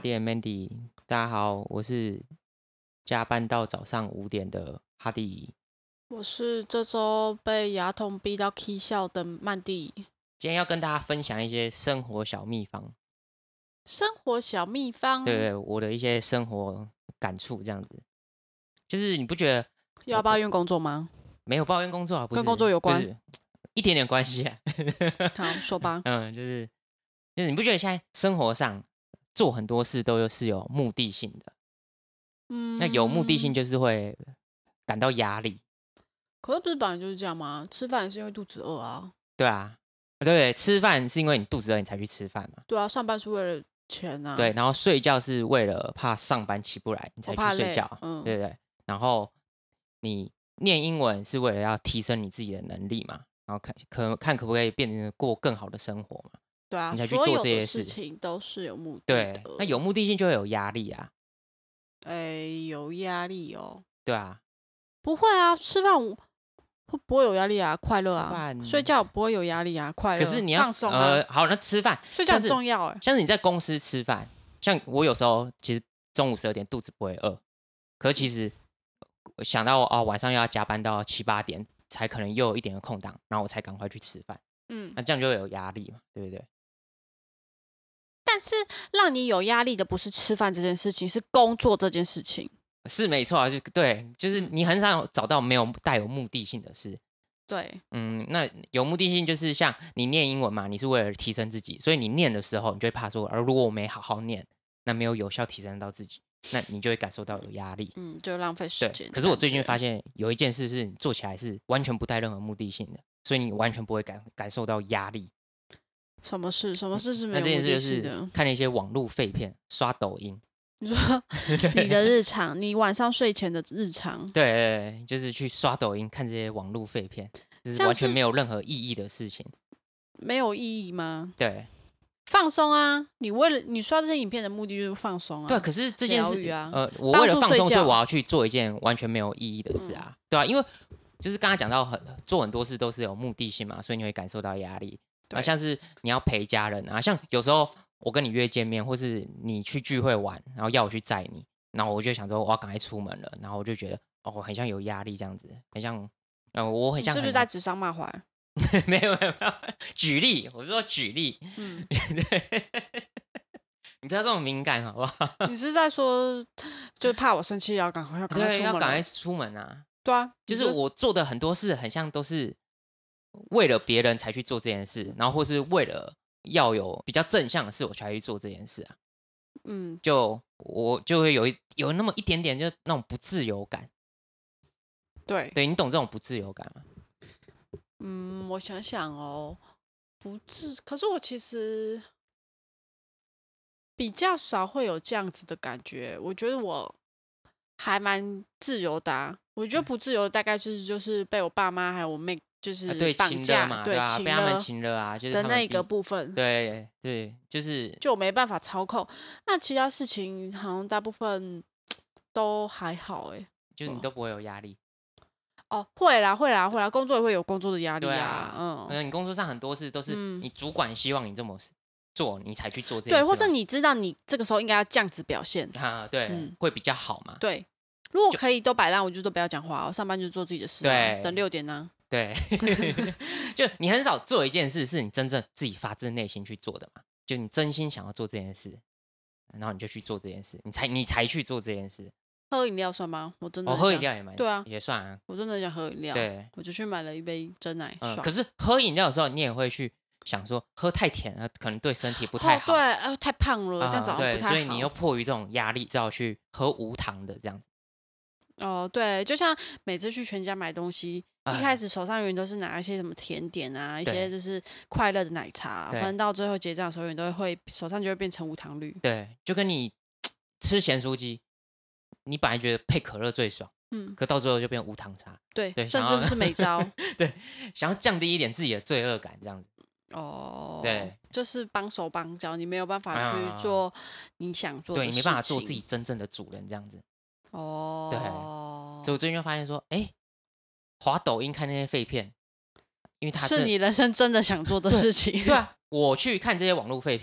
店 Mandy，大家好，我是加班到早上5点的哈迪。 我是这周被牙痛逼到起笑的曼蒂。 今天要跟大家分享一些生活小秘方， 生活小秘方， 对我的一些生活感触，这样子。就是你不觉得又要抱怨工作吗？ 没有抱怨工作啊？不是跟工作有关， 不是一点点关系啊。 好，说吧。 就是你不觉得现在生活上做很多事都是有目的性的？那有目的性就是会感到压力。 可是不是本来就是这样吗？吃饭也是因为肚子饿啊。 对啊，对，吃饭是因为你肚子饿你才去吃饭嘛。 对啊，上班是为了钱啊。 对，然后睡觉是为了怕上班起不来你才去睡觉，对不对？然后你念英文是为了要提升你自己的能力嘛，然后看可不可以变成过更好的生活嘛。 对啊， 你才去做这些事情都是有目的的。 对， 那有目的性就会有压力啊。 有压力哦。 对啊。 不会啊，吃饭不会有压力啊，快乐啊。睡觉不会有压力啊，快乐。 可是你要放松啊。 好，那吃饭睡觉很重要哎。 像是你在公司吃饭，像我有时候其实中午12点肚子不会饿，可是其实想到晚上又要加班到7、8点，才可能又有一点的空档，然后我才赶快去吃饭。那这样就会有压力嘛，对不对？ 但是让你有压力的不是吃饭这件事情，是工作这件事情。 是没错啊，就是你很少找到没有带有目的性的事。 对， 那有目的性就是像你念英文嘛，你是为了提升自己，所以你念的时候，你就会怕说，如果我没好好念，那没有有效提升到自己，那你就会感受到有压力， 就浪费时间。 可是我最近发现有一件事是你做起来是完全不带任何目的性的，所以你完全不会感受到压力。 什么事是没有目的性的？ 那这件事就是看那些网络废片，刷抖音。 你说你的日常，你晚上睡前的日常， 对，就是去刷抖音看这些网络废片，就是完全没有任何意义的事情。 没有意义吗？ 对， 放松啊！你刷这些影片的目的就是放松啊。 对，可是这件事我为了放松，所以我要去做一件完全没有意义的事啊，对啊，因为就是刚刚讲到做很多事都是有目的性嘛，所以你会感受到压力。像是你要陪家人啊，像有时候我跟你约见面，或是你去聚会玩，然后要我去载你，然后我就想说我要赶快出门了，然后我就觉得很像有压力这样子，很像我很像你是不是在指桑骂槐？ 没有，举例，我是说举例。你不要这么敏感好不好？ 你是在说就怕我生气要赶快出门？ 对，要赶快出门啊！ 对啊， 就是我做的很多事很像都是为了别人才去做这件事，然后或是为了要有比较正向的事我才去做这件事啊。我就会有那么一点点就是那种不自由感。对，你懂这种不自由感吗？ 我想想可是我其实比较少会有这样子的感觉。我觉得我还蛮自由的啊。我觉得不自由大概就是被我爸妈还有我妹就是绑架嘛， 对啊，被他们情勒啊，就是的那个部分。 对，就我没办法操控。那其他事情好像大部分都还好就是你都不会有压力。 会啦，工作也会有工作的压力啊。 你工作上很多事都是你主管希望你这么做，你才去做这件事。 对，或者你知道你这个时候应该要这样子表现对，会比较好嘛。 对，如果可以都摆烂，我就都不要讲话，我上班就做自己的事。 对， 等6点呢。 对，就你很少做一件事是你真正自己发自内心去做的嘛，就你真心想要做这件事，然后你就去做这件事，你才去做这件事。 喝饮料算吗？我真的喝饮料也蛮对啊， 也算啊。 我真的想喝饮料， 对， 我就去买了一杯真奶。 可是喝饮料的时候，你也会去想说，喝太甜了，可能对身体不太好。 对，太胖了，这样早上不太好。 所以你又迫于这种压力，只好去喝无糖的这样子。 对，就像每次去全家买东西，一开始手上永远都是拿一些什么甜点啊，一些就是快乐的奶茶，反正到最后结账的时候，你都会手上就会变成无糖绿。 对，就跟你吃咸酥鸡，你本来觉得配可乐最爽，可到最后就变无糖茶。 对，甚至是美招。 对，想要降低一点自己的罪恶感，这样子。对， 就是帮手帮脚，你没有办法去做你想做的事情。 对，你没办法做自己真正的主人，这样子。对，所以我最近就发现说，滑抖音看那些废片，因为它是你人生真的想做的事情。 对啊，我去看这些网络废片，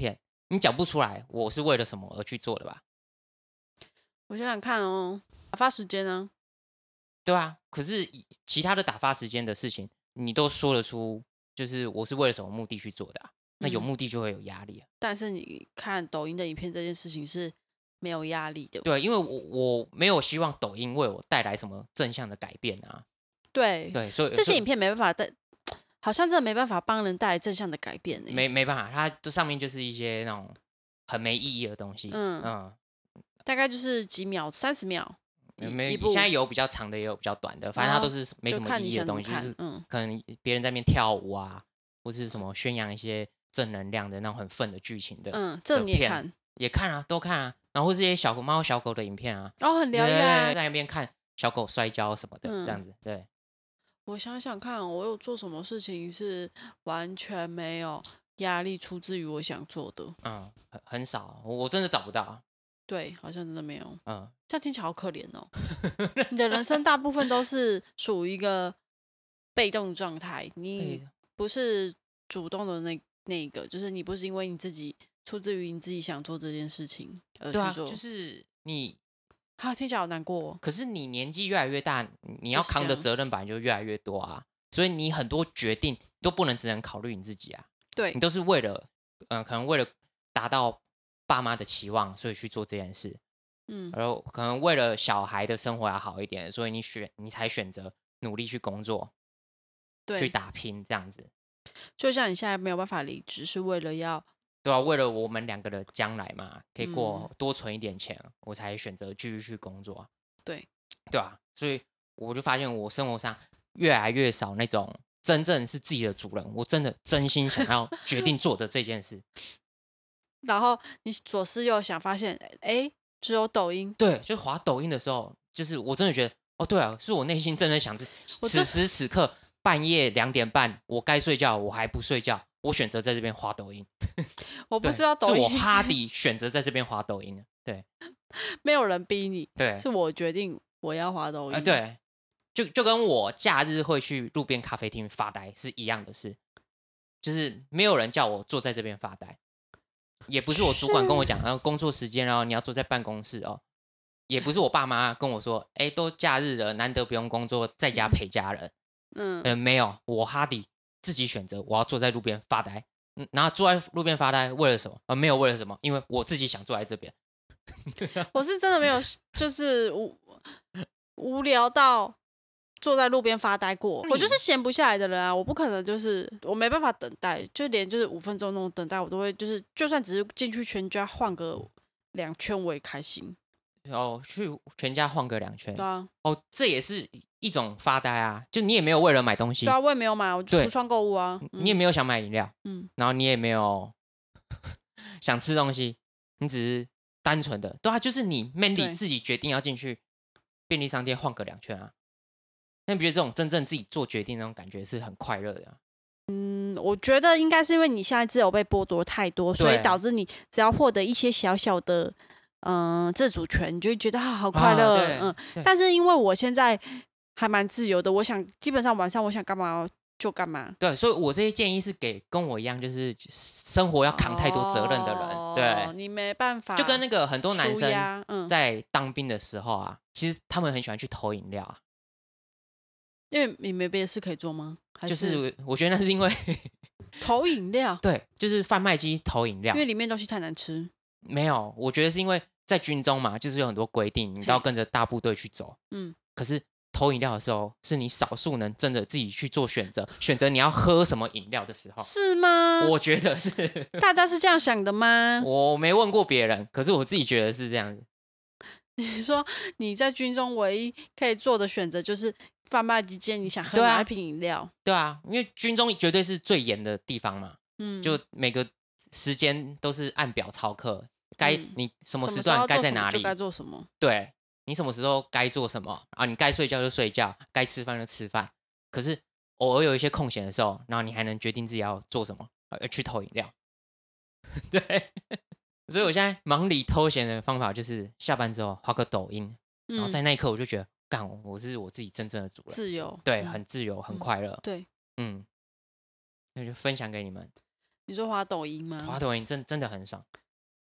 你讲不出来我是为了什么而去做的吧？ 我想想看哦，打发时间呢？ 对啊，可是其他的打发时间的事情，你都说得出，就是我是为了什么目的去做的啊？那有目的就会有压力啊。 但是你看抖音的影片这件事情是没有压力的。 对，因为我没有希望抖音为我带来什么正向的改变啊。 对， 所以这些影片没办法带，好像真的没办法帮人带来正向的改变欸。 没办法，它这上面就是一些那种很没意义的东西。 大概就是几秒、30秒。 现在有比较长的，也有比较短的，反正它都是没什么意义的东西，就是可能别人在那边跳舞啊，或是什么宣扬一些正能量的那种很愤的剧情的。 这你也看？ 也看啊，都看啊。然后或是一些小猫小狗的影片啊， 很疗愈啊， 在那边看小狗摔跤什么的，这样子。对， 我想想看，我有做什么事情是完全没有压力，出自于我想做的？ 很少，我真的找不到。 对，好像真的没有。这样听起来好可怜哦。你的人生大部分都是属于一个被动状态，你不是主动的那个，就是你不是因为你自己出自于你自己想做这件事情而去做。 就是你。 听起来好难过。 可是你年纪越来越大，你要扛的责任本来就越来越多啊，所以你很多决定都不能只能考虑你自己啊。 对， 你都是为了，可能为了达到爸妈的期望，所以去做这件事。然后可能为了小孩的生活要好一点，所以你才选择努力去工作，去打拼这样子。 就像你现在没有办法离职，是为了要。 对啊，为了我们两个的将来嘛，可以多存一点钱，我才选择继续去工作。 对啊，所以我就发现我生活上越来越少那种真正是自己的主人，我真心想要决定做的这件事。 然后你左思右想，发现只有抖音。 对，就滑抖音的时候，就是我真的觉得，对啊，是我内心真的想着，此时此刻半夜2点半，我该睡觉，我还不睡觉。我选择在这边滑抖音， 我不是要抖音， 是我哈迪选择在这边滑抖音。对， 没有人逼你， 对， 是我决定我要滑抖音。 对，就跟我假日会去路边咖啡厅发呆是一样的事，就是没有人叫我坐在这边发呆，也不是我主管跟我讲，然后工作时间然后你要坐在办公室哦，也不是我爸妈跟我说，都假日了，难得不用工作，在家陪家人。没有，我哈迪自己选择我要坐在路边发呆。然后坐在路边发呆为了什么？没有为了什么，因为我自己想坐在这边。 我是真的没有，就是无聊到坐在路边发呆过。我就是闲不下来的人啊，我不可能就是我没办法等待，就连就是5分钟那种等待，我都会就是就算只是进去全家晃个2圈，我也开心。 去全家晃个2圈。 对啊。 这也是一种发呆啊，就你也没有为了买东西。 对啊，我也没有买，我就橱窗购物啊。 你也没有想买饮料，然后你也没有想吃东西，你只是单纯的，对啊，就是你 Mandy 自己决定要进去便利商店晃个2圈啊。那你觉得这种真正自己做决定那种感觉是很快乐的啊？ 我觉得应该是因为你现在自由被剥夺太多，所以导致你只要获得一些小小的自主权，你就会觉得好快乐。但是因为我现在还蛮自由的，我想基本上晚上我想干嘛就干嘛。 对，所以我这些建议是给跟我一样就是生活要扛太多责任的人。对， 你没办法， 就跟那个很多男生在当兵的时候啊，其实他们很喜欢去偷饮料啊。 因为你没别的事可以做吗？ 就是我觉得那是因为投饮料。 对，就是贩卖机投饮料， 因为里面东西太难吃。 没有，我觉得是因为在军中嘛，就是有很多规定，你都要跟着大部队去走。可是投饮料的时候，是你少数能真的自己去做选择你要喝什么饮料的时候。 是吗？ 我觉得是。 大家是这样想的吗？ 我没问过别人，可是我自己觉得是这样子。 你说你在军中唯一可以做的选择就是贩卖机间你想喝哪一瓶饮料？ 对啊，因为军中绝对是最严的地方嘛。就每个时间都是按表操课，你什么时段该在哪里就该做什么。 对，你什么时候该做什么啊？你该睡觉就睡觉，该吃饭就吃饭。可是偶尔有一些空闲的时候，然后你还能决定自己要做什么，去投饮料。对。所以我现在忙里偷闲的方法就是下班之后滑个抖音，然后在那一刻我就觉得，我是我自己真正的主人， 自由， 对，很自由，很快乐， 对， 那就分享给你们。 你说滑抖音吗？ 滑抖音真的很爽。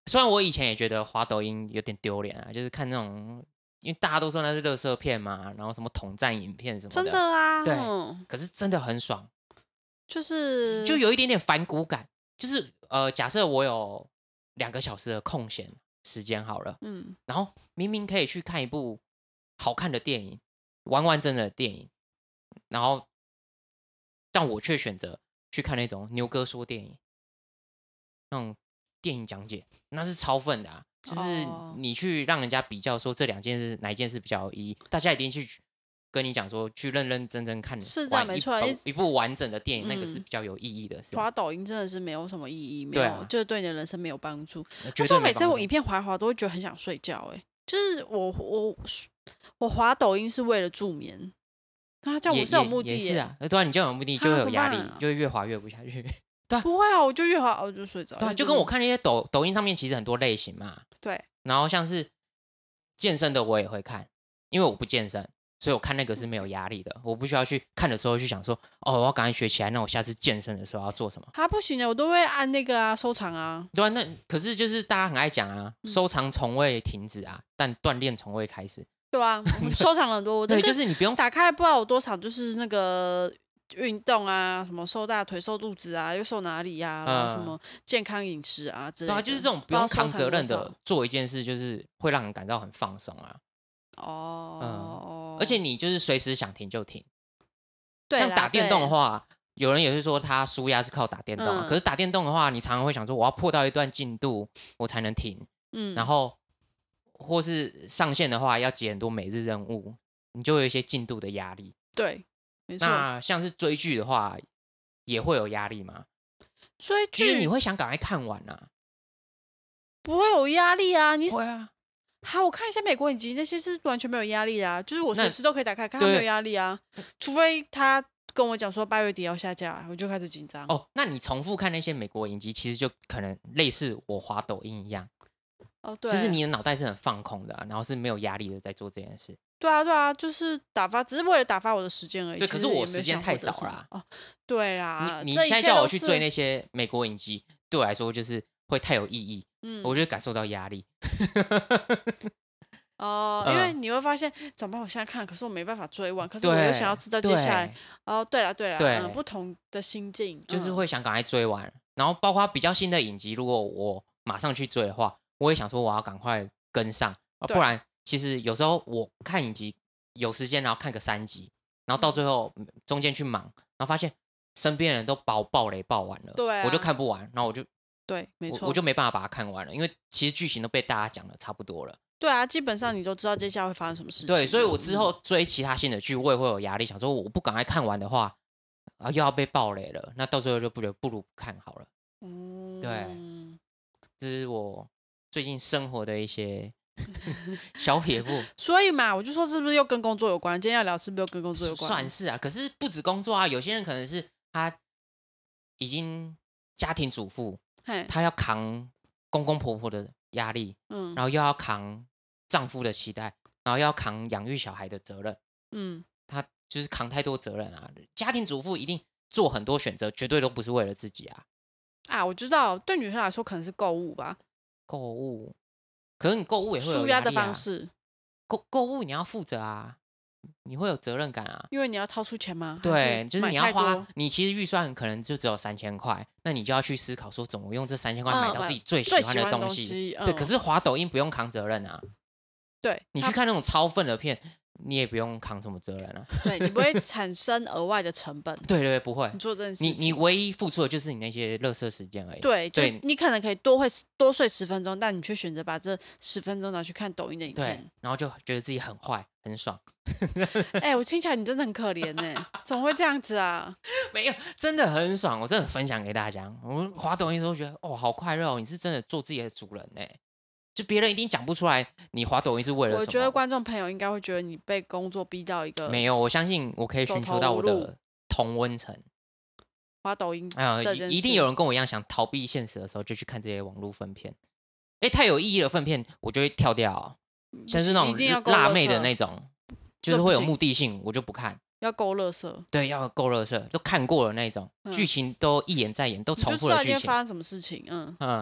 虽然我以前也觉得滑抖音有点丢脸啊，就是看那种，因为大家都说那是垃圾片嘛，然后什么统战影片什么的。 真的啊， 对，可是真的很爽， 就有一点点反骨感。就是假设我有2个小时的空闲时间好了，然后明明可以去看一部好看的电影，完整的电影，然后但我却选择去看那种牛哥说电影，那种电影讲解，那是超愤的啊！就是你去让人家比较说这2件事哪一件事比较有意义，大家一定去跟你讲说，去认真看， 是这样没错， 一部完整的电影，那个是比较有意义的事。 滑抖音真的是没有什么意义， 对啊， 就是对你的人生没有帮助。 可是我每次我影片滑都会觉得很想睡觉，就是我滑抖音是为了助眠。他叫我是有目的， 也是啊，对啊，你这样有目的就会有压力，就会越滑越不下去。对啊， 不会啊，我就越滑我就睡着。 对啊，就跟我看那些抖音上面其实很多类型嘛。 对。 然后像是健身的我也会看，因为我不健身，所以我看那个是没有压力的。我不需要去看的时候去想说，我要赶快学起来，那我下次健身的时候要做什么？ 不行的，我都会按那个收藏啊。 对啊，那可是就是大家很爱讲啊，收藏从未停止啊，但锻炼从未开始。 对啊，我收藏了很多。 对，就是你不用打开，不知道有多少，就是那个运动啊，什么瘦大腿、瘦肚子啊，又瘦哪里啊，然后什么健康饮食啊之类的。 对啊，就是这种不用扛责任的做一件事，就是会让人感到很放松啊。而且你就是随时想停就停。 对， 像打电动的话，有人也是说他舒压是靠打电动啊。可是打电动的话，你常常会想说，我要破到一段进度我才能停。然后或是上线的话要解很多每日任务，你就会有一些进度的压力。 对，没错。 那像是追剧的话，也会有压力吗？ 追剧就是你会想赶快看完啊？ 不会有压力啊，你会啊。 好，我看一下美国影集，那些是完全没有压力啊，就是我随时都可以打开看，没有压力啊。除非他跟我讲说8月底要下架，我就开始紧张。 那你重复看那些美国影集，其实就可能类似我滑抖音一样。 对， 就是你的脑袋是很放空的，然后是没有压力的在做这件事。 对啊，就是打发，只是为了打发我的时间而已。 对，可是我时间太少啦。 对啦， 你现在叫我去追那些美国影集，对我来说就是会太有意义。我就会感受到压力。 因为你会发现，怎么办？我现在看，可是我没办法追完，可是我又想要知道接下来。对了，不同的心境， 就是会想赶快追完。然后包括比较新的影集，如果我马上去追的话，我也想说我要赶快跟上，不然其实有时候我看影集有时间，然后看个3集，然后到最后中间去忙，然后发现身边人都把我爆雷爆完了，我就看不完，然后我就没错， 我就没办法把它看完了，因为其实剧情都被大家讲的差不多了。 对啊，基本上你都知道接下来会发生什么事情。 对，所以我之后追其他新的剧，我也会有压力，想说我不赶快看完的话，又要被爆雷了，那到最后就不如不看好了。对，这是我最近生活的一些小撇步。 所以嘛，我就说是不是又跟工作有关？今天要聊是不是又跟工作有关？ 算是啊，可是不止工作啊，有些人可能是他已经家庭主妇，他要扛公公婆婆的压力，然后又要扛丈夫的期待，然后又要扛养育小孩的责任，他就是扛太多责任啊。家庭主妇一定做很多选择，绝对都不是为了自己啊。 我知道，对女生来说可能是购物吧。 购物，可是你购物也会有舒压的方式。 购物你要负责啊，你会有责任感啊， 因为你要掏出钱吗？ 对，就是你要花，你其实预算可能就只有3000块，那你就要去思考说怎么用这3000块买到自己最喜欢的东西。对，可是滑抖音不用扛责任啊。 对， 你去看那种超愤的片，你也不用扛什么责任啊。 对，你不会产生额外的成本。 对，不会。 你做这件事情， 你唯一付出的就是你那些垃圾时间而已。 对，你可能可以多睡10分钟，但你却选择把这10分钟拿去看抖音的影片。 对，然后就觉得自己很坏，很爽。 我听起来你真的很可怜呢，怎么会这样子啊？ 没有，真的很爽，我真的分享给大家。我们滑抖音的时候觉得，好快乐哦！你是真的做自己的主人呢。就别人一定讲不出来，你滑抖音是为了什么？ 我觉得观众朋友应该会觉得你被工作逼到一个没有，我相信我可以寻求到我的同温层。 滑抖音一定有人跟我一样想逃避现实的时候，就去看这些网络粪片。太有意义的粪片，我就会跳掉。像是那种辣妹的那种，就是会有目的性，我就不看。 要够垃圾， 对，要够垃圾，都看过了那种，剧情都一演再演，都重复了剧情。 就知道今天发生什么事情，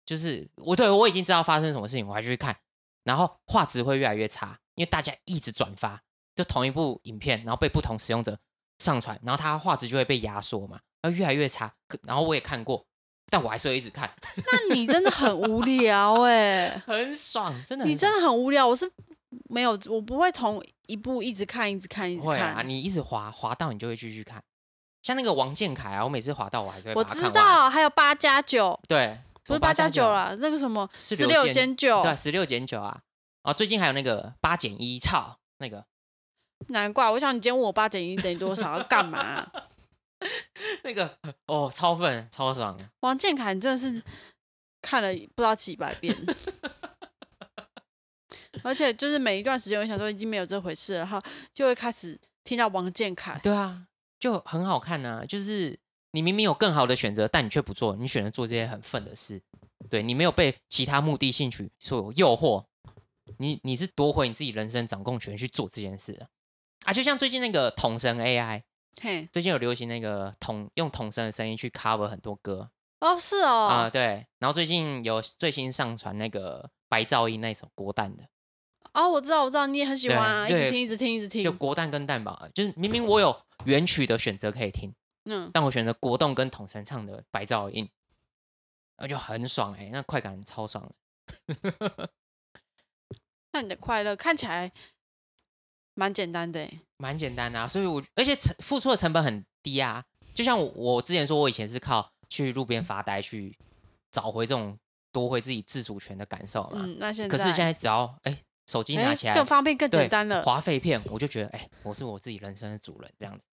就是我已经知道发生什么事情，我还去看，然后画质会越来越差，因为大家一直转发，就同一部影片，然后被不同使用者上传，然后它画质就会被压缩嘛，然后越来越差。然后我也看过，但我还是会一直看。 那你真的很无聊哎， 很爽，真的很爽。 你真的很无聊，我是没有，我不会同一部一直看，一直看，一直看。 会啊，你一直滑到你就会继续看。像那个王建凯啊，我每次滑到我还是会把它看完。 我知道，还有8+9， 对， 不是8+9啦，那个什么16+9， 对，16+9啊。哦，最近还有那个8+1，操那个。 难怪，我想你今天问我8+1等于多少，要干嘛？ 那个哦，超分，超爽的。 王建凯真的是看了不知道几百遍，而且就是每一段时间，我想说已经没有这回事了，然后就会开始听到王建凯。 对啊，就很好看啊。就是你明明有更好的选择，但你却不做，你选择做这些很愤的事。对，你没有被其他目的兴趣所诱惑，你是夺回你自己人生掌控权去做这件事啊。就像最近那个统神 AI。最近有流行那个用统声的声音去 cover 很多歌哦，是哦， 对，然后最近有最新上传那个白噪音那首国蛋的哦，我知道，你也很喜欢啊，一直听， 就国蛋跟蛋堡，就是明明我有原曲的选择可以听，但我选择国栋跟统神唱的白噪音，那就很爽那快感超爽的。 那你的快乐看起来蛮简单的蛮简单的所以而且付出的成本很低啊。就像我之前说，我以前是靠去路边发呆去找回这种夺回自己自主权的感受嘛。 那现在，可是现在只要手机拿起来更方便更简单了， 滑废片，我就觉得我是我自己人生的主人这样子。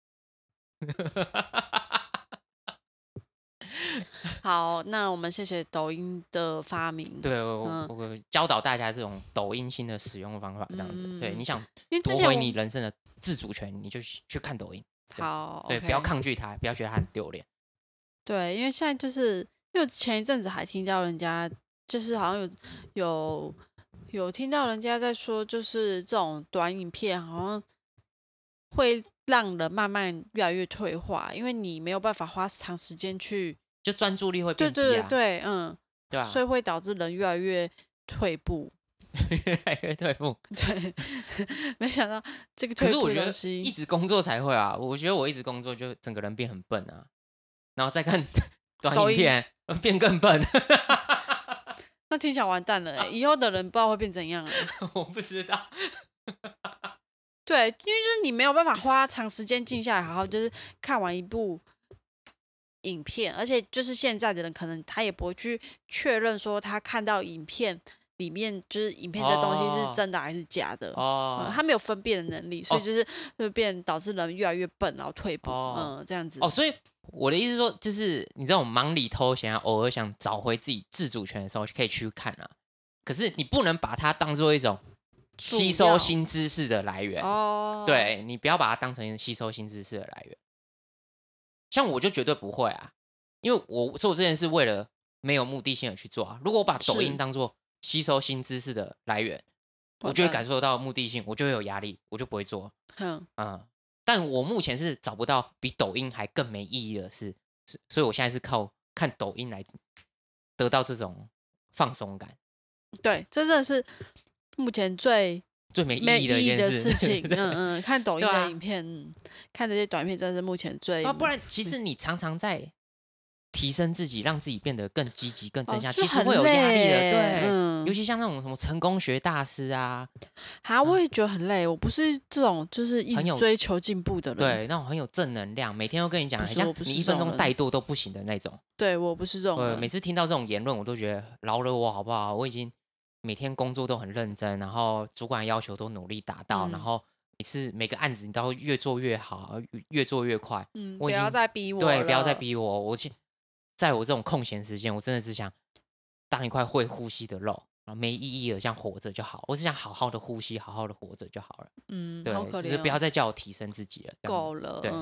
好，那我们谢谢抖音的发明。 对，我教导大家这种抖音新的使用方法，这样子。对，你想夺回你人生的自主权，你就去看抖音。 好， 对，不要抗拒它，不要觉得它很丢脸。 对，因为现在就是因为我前一阵子还听到人家，就是好像有听到人家在说，就是这种短影片好像会让人慢慢越来越退化，因为你没有办法花长时间去， 就专注力会变低对， 对啊，所以会导致人越来越退步。 越来越退步， 对，没想到这个退步的东西。可是我觉得一直工作才会啊，我觉得我一直工作就整个人变很笨啊，然后再看短影片变更笨。 那听起来完蛋了以后的人不知道会变怎样我不知道。 对，因为就是你没有办法花长时间静下来，好好就是看完一部影片，而且就是现在的人可能他也不会去确认说他看到影片里面就是影片的东西是真的还是假的他没有分辨的能力，所以就导致人越来越笨，然后退步这样子所以我的意思说，就是你这种忙里偷闲偶尔想找回自己自主权的时候可以去看啊，可是你不能把它当做一种吸收新知识的来源对，你不要把它当成吸收新知识的来源。像我就绝对不会啊，因为我做这件事为了没有目的性的去做如果我把抖音当做吸收新知识的来源，我就会感受到目的性，我就会有压力，我就不会做但我目前是找不到比抖音还更没意义的事，所以我现在是靠看抖音来得到这种放松感。 对，这真的是目前最没意义的一件事情。看抖音的影片，看这些短片，真的是目前最不然其实你常常在提升自己，让自己变得更积极、更正向，其实会有压力的。对，尤其像那种什么成功学大师啊， 我也觉得很累。我不是这种就是一直追求进步的人， 对，那种很有正能量，每天都跟你讲，很像你1分钟怠惰都不行的那种。 对，我不是这种人。 每次听到这种言论，我都觉得饶了我好不好？我已经每天工作都很认真，然后主管要求都努力达到，然后每个案子你都要越做越好，越做越快。 不要再逼我了。 对，不要再逼我。在我这种空闲时间，我真的只想当一块会呼吸的肉，然后没意义的像活着就好。我只想好好的呼吸，好好的活着就好了。对， 好可怜就是不要再叫我提升自己了。 够了。 对。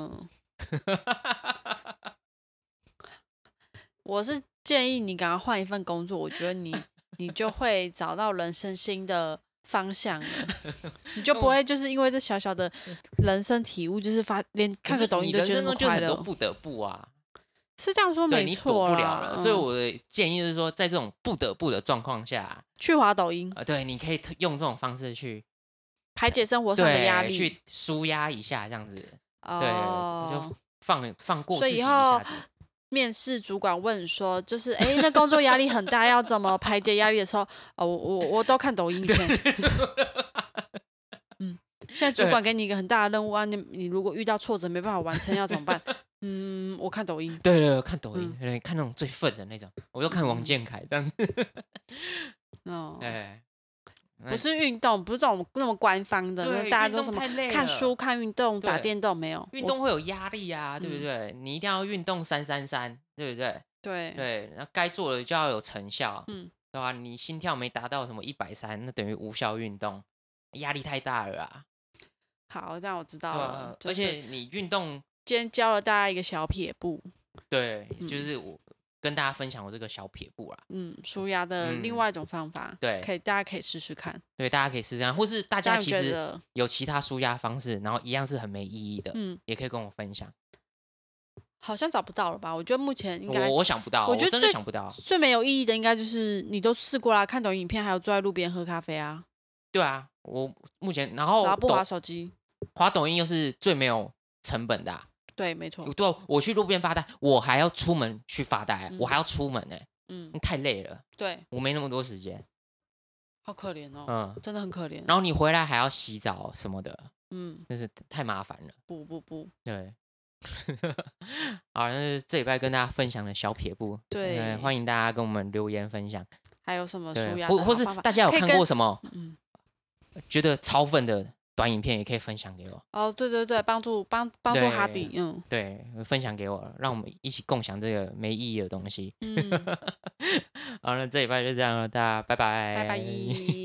我是建议你赶快换一份工作，我觉得你就会找到人生新的方向了，你就不会就是因为这小小的人生体悟，就是连看个抖音都觉得那么快乐。 人生中就很多不得不啊。 是这样说没错啦， 对你躲不了了。所以我的建议就是说，在这种不得不的状况下， 去滑抖音。 对，你可以用这种方式去排解生活上的压力， 去抒压一下，这样子。 哦， 对，就放过自己一下子。 所以以后面试主管问说，就是那工作压力很大，要怎么排解压力的时候，我都看抖音片。现在主管给你一个很大的任务啊，你如果遇到挫折没办法完成，要怎么办？我看抖音。 对，看抖音，看那种最愤的那种，我就看王建凯这样子。 哦， 对。 不是运动，不是这种那么官方的，大家都什么看书、看运动、打电动，没有运动会有压力啊，对不对？你一定要运动333，对不对？对，然后该做的就要有成效，对吧？你心跳没达到什么130，那等于无效运动，压力太大了啊。 好，这样我知道了。 而且你运动， 今天教了大家一个小撇步， 对，就是我跟大家分享我这个小撇步啦， 舒压的另外一种方法， 对， 大家可以试试看， 对，大家可以试试看，或是大家其实有其他舒压方式，然后一样是很没意义的，也可以跟我分享。 好像找不到了吧？我觉得目前应该我想不到，我觉得真的想不到。 最没有意义的应该就是你都试过啦，看抖音影片，还有坐在路边喝咖啡啊。 对啊，我目前然后不滑手机， 滑抖音又是最没有成本的。 对，没错。 对，我去路边发呆，我还要出门去发呆，我还要出门太累了。 对， 我没那么多时间， 好可怜哦。真的很可怜。 然后你回来还要洗澡什么的，真是太麻烦了。 不， 对。好，那是这礼拜跟大家分享的小撇步。对，欢迎大家跟我们留言分享。 还有什么舒压的或是大家有看过什么觉得超愤的短影片，也可以分享给我。 哦，对，帮助哈迪， 对，分享给我，让我们一起共享这个没意义的东西。好，那这礼拜就这样了，大家拜拜。 拜拜。